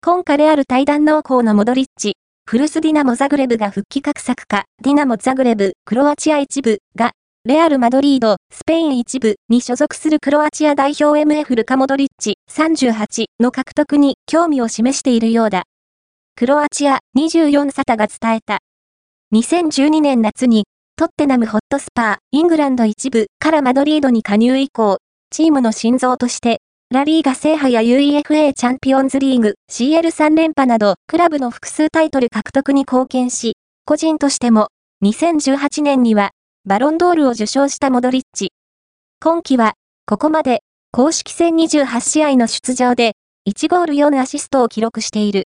今夏レアル退団濃厚のモドリッチ、古巣ディナモザグレブが復帰画策か、ディナモザグレブ、クロアチア一部が、レアル・マドリード、スペイン一部に所属するクロアチア代表MF ルカ・モドリッチ38の獲得に興味を示しているようだ。クロアチア24サタが伝えた。2012年夏に、トッテナムホットスパー、イングランド一部からマドリードに加入以降、チームの心臓として、ラリーガ制覇や UEFA チャンピオンズリーグ、CL3 連覇など、クラブの複数タイトル獲得に貢献し、個人としても、2018年には、バロンドールを受賞したモドリッチ。今季は、ここまで、公式戦28試合の出場で、1ゴール4アシストを記録している。